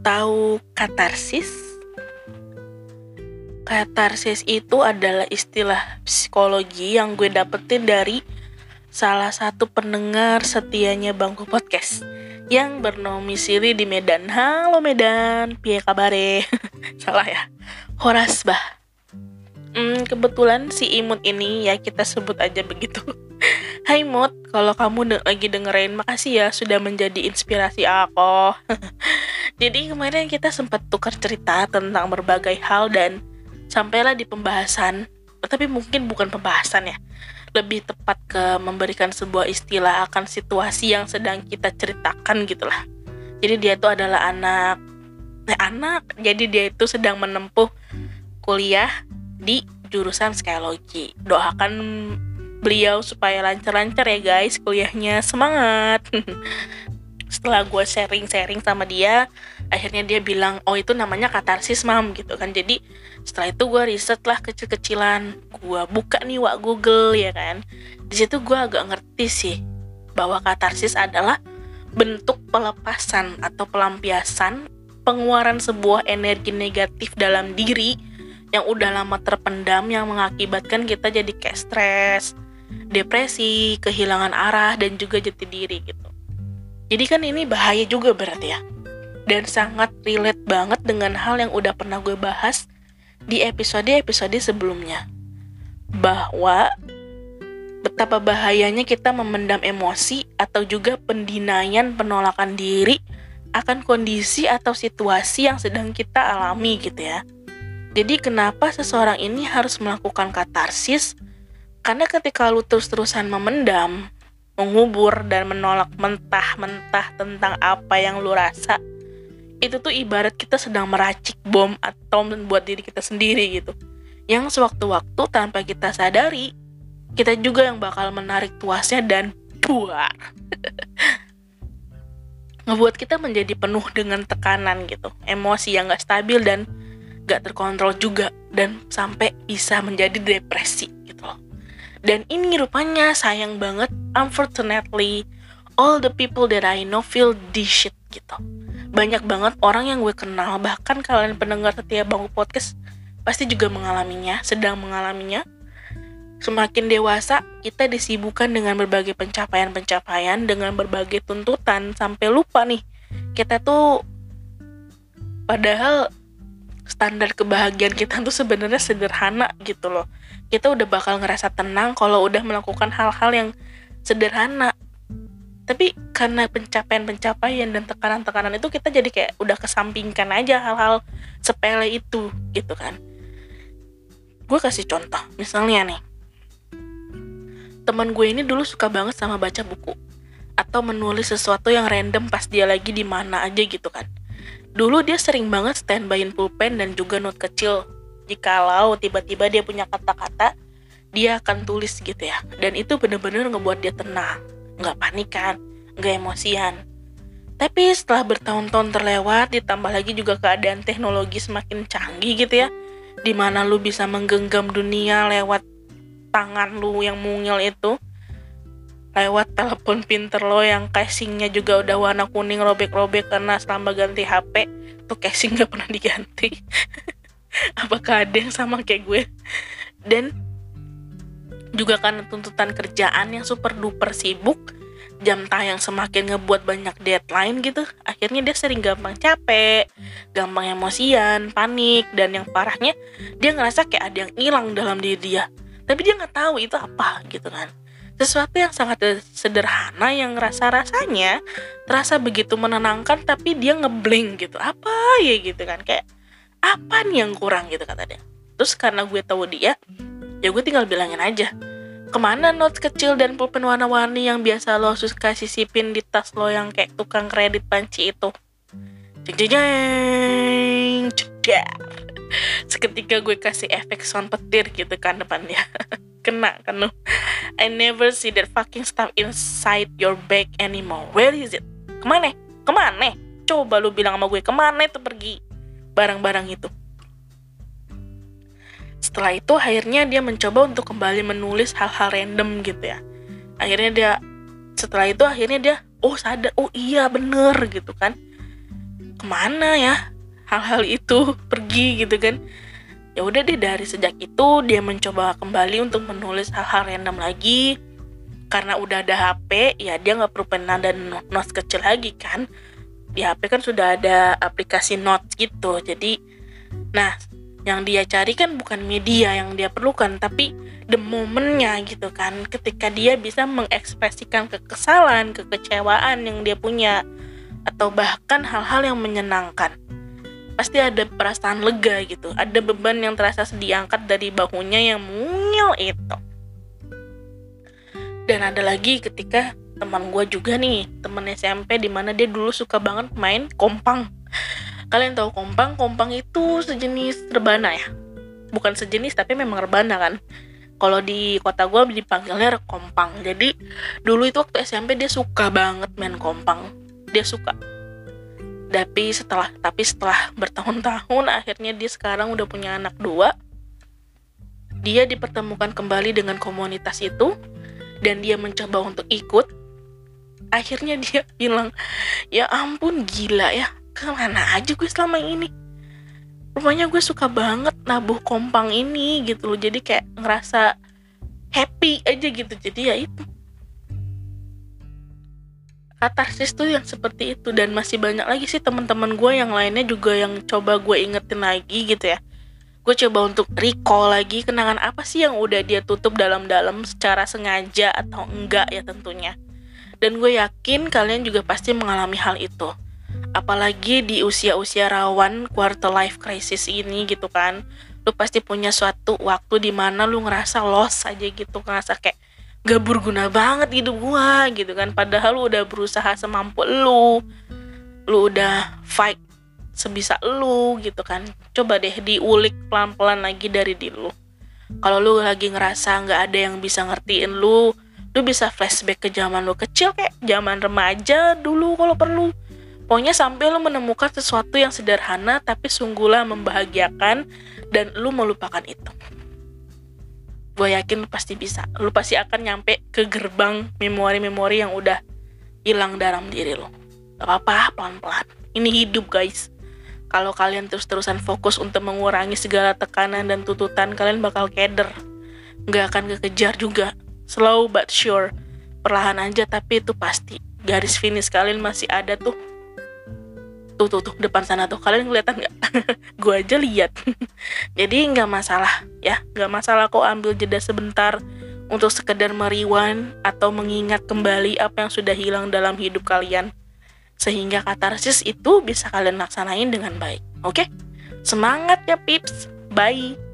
tahu katarsis? Katarsis itu adalah istilah psikologi yang gue dapetin dari salah satu pendengar setianya Bangku Podcast yang bernomisili di Medan. Halo Medan, piye kabare? Salah ya? Horas bah. Kebetulan si Imut ini ya kita sebut aja begitu. Hai Mut, kalau kamu lagi dengerin, makasih ya sudah menjadi inspirasi aku. Jadi kemarin kita sempat tukar cerita tentang berbagai hal dan sampailah di pembahasan, tapi mungkin bukan pembahasan ya, lebih tepat ke memberikan sebuah istilah akan situasi yang sedang kita ceritakan gitulah. Jadi dia itu adalah anak, jadi dia itu sedang menempuh kuliah di jurusan psikologi. Doakan beliau supaya lancar-lancar ya guys kuliahnya, semangat. Setelah gue sharing sama dia, akhirnya dia bilang, oh itu namanya katarsis mam gitu kan. Jadi setelah itu gue riset lah kecil-kecilan, gue buka nih Google ya kan. Di situ gue agak ngerti sih bahwa katarsis adalah bentuk pelepasan atau pelampiasan pengeluaran sebuah energi negatif dalam diri yang udah lama terpendam, yang mengakibatkan kita jadi kayak stres, depresi, kehilangan arah, dan juga jati diri gitu. Jadi kan ini bahaya juga berarti ya. Dan sangat relate banget dengan hal yang udah pernah gue bahas di episode-episode sebelumnya. Bahwa betapa bahayanya kita memendam emosi atau juga pendinaian, penolakan diri akan kondisi atau situasi yang sedang kita alami gitu ya. Jadi kenapa seseorang ini harus melakukan katarsis? Karena ketika lu terus-terusan memendam, mengubur dan menolak mentah-mentah tentang apa yang lu rasa, itu tuh ibarat kita sedang meracik bom atom buat diri kita sendiri gitu. Yang sewaktu-waktu tanpa kita sadari, kita juga yang bakal menarik tuasnya dan buar. Ngebuat kita menjadi penuh dengan tekanan gitu, emosi yang gak stabil dan gak terkontrol juga, dan sampai bisa menjadi depresi gitu loh. Dan ini rupanya sayang banget, unfortunately, all the people that I know feel this shit gitu. Banyak banget orang yang gue kenal, bahkan kalian pendengar setia Bangku Podcast pasti juga mengalaminya, sedang mengalaminya. Semakin dewasa, kita disibukkan dengan berbagai pencapaian-pencapaian, dengan berbagai tuntutan, sampai lupa nih, kita tuh padahal standar kebahagiaan kita tuh sebenarnya sederhana gitu loh. Kita udah bakal ngerasa tenang kalau udah melakukan hal-hal yang sederhana. Tapi karena pencapaian-pencapaian dan tekanan-tekanan itu, kita jadi kayak udah kesampingkan aja hal-hal sepele itu gitu kan. Gue kasih contoh, misalnya nih, teman gue ini dulu suka banget sama baca buku atau menulis sesuatu yang random pas dia lagi di mana aja gitu kan. Dulu dia sering banget standbyin pulpen dan juga note kecil. Jikalau tiba-tiba dia punya kata-kata, dia akan tulis gitu ya. Dan itu bener-bener ngebuat dia tenang, gak panikan, gak emosian. Tapi setelah bertahun-tahun terlewat, ditambah lagi juga keadaan teknologi semakin canggih gitu ya, dimana lu bisa menggenggam dunia lewat tangan lu yang mungil itu, lewat telepon pinter lo yang casingnya juga udah warna kuning robek-robek karena selama ganti HP tuh casing gak pernah diganti. Apakah ada yang sama kayak gue? Dan juga karena tuntutan kerjaan yang super duper sibuk, jam tayang semakin ngebuat banyak deadline gitu, akhirnya dia sering gampang capek, gampang emosian, panik, dan yang parahnya dia ngerasa kayak ada yang hilang dalam diri dia, tapi dia nggak tahu itu apa gitu kan. Sesuatu yang sangat sederhana yang rasa-rasanya terasa begitu menenangkan, tapi dia ngeblank gitu. Apa ya gitu kan, kayak apa nih yang kurang gitu kata dia. Terus karena gue tahu dia, ya gue tinggal bilangin aja, kemana notes kecil dan pulpen warna-warni yang biasa lo suka sisipin di tas lo yang kayak tukang kredit panci itu. Jeng, cedar. Seketika gue kasih efek sound petir gitu kan depan dia. Kena kan lo. I never see that fucking stuff inside your bag anymore. Where is it? Kemana? Coba lu bilang sama gue, kemana itu pergi barang-barang itu? Setelah itu akhirnya dia mencoba untuk kembali menulis hal-hal random gitu ya. Setelah itu akhirnya dia sadar, oh iya bener gitu kan. kemana ya hal-hal itu pergi gitu kan. Ya udah deh, dari sejak itu dia mencoba kembali untuk menulis hal-hal random lagi. Karena udah ada HP, ya dia nggak perlu pena dan notes kecil lagi kan. Di HP kan sudah ada aplikasi notes gitu. Jadi, nah yang dia cari kan bukan media yang dia perlukan, tapi the momennya gitu kan. Ketika dia bisa mengekspresikan kekesalan, kekecewaan yang dia punya, atau bahkan hal-hal yang menyenangkan, pasti ada perasaan lega gitu. Ada beban yang terasa diangkat dari bahunya yang mungil itu. Dan ada lagi ketika teman gue juga nih, teman SMP, dimana dia dulu suka banget main kompang. Kalian tahu kompang? Kompang itu sejenis rebana ya. Bukan sejenis, tapi memang rebana kan. Kalau di kota gue dipanggilnya kompang. Jadi dulu itu waktu SMP dia suka banget main kompang. Dia suka. Tapi setelah bertahun-tahun, akhirnya dia sekarang udah punya anak 2. Dia dipertemukan kembali dengan komunitas itu, dan dia mencoba untuk ikut. Akhirnya dia bilang, ya ampun gila ya, kemana aja gue selama ini. Rupanya gue suka banget nabuh kompang ini gitu loh. Jadi kayak ngerasa happy aja gitu. Jadi ya itu, katarsis tuh yang seperti itu. Dan masih banyak lagi sih teman-teman gue yang lainnya juga yang coba gue ingetin lagi gitu ya. Gue coba untuk recall lagi kenangan apa sih yang udah dia tutup dalam-dalam secara sengaja atau enggak ya tentunya. Dan gue yakin kalian juga pasti mengalami hal itu. Apalagi di usia-usia rawan quarter life crisis ini gitu kan. Lu pasti punya suatu waktu di mana lu ngerasa lost aja gitu, ngerasa kayak gak berguna banget hidup gua gitu kan. Padahal lu udah berusaha semampu lu udah fight sebisa lu gitu kan. Coba deh diulik pelan-pelan lagi dari diri lu. Kalau lu lagi ngerasa gak ada yang bisa ngertiin lu bisa flashback ke zaman lu kecil, kayak zaman remaja dulu kalau perlu. Pokoknya sampai lu menemukan sesuatu yang sederhana tapi sungguhlah membahagiakan, dan lu melupakan itu. Gue yakin lu pasti bisa. Lu pasti akan nyampe ke gerbang memori-memori yang udah hilang dalam diri lu. Gak apa-apa, pelan-pelan. Ini hidup guys. Kalau kalian terus-terusan fokus untuk mengurangi segala tekanan dan tuntutan, kalian bakal keder. Gak akan kekejar juga. Slow but sure. Perlahan aja, tapi itu pasti. Garis finish kalian masih ada tuh. Tuh, depan sana tuh. Kalian kelihatan gak? Gue aja lihat. Jadi gak masalah ya. Gak masalah kok ambil jeda sebentar untuk sekedar merewind atau mengingat kembali apa yang sudah hilang dalam hidup kalian. Sehingga katarsis itu bisa kalian laksanain dengan baik. Oke? Semangat ya pips. Bye.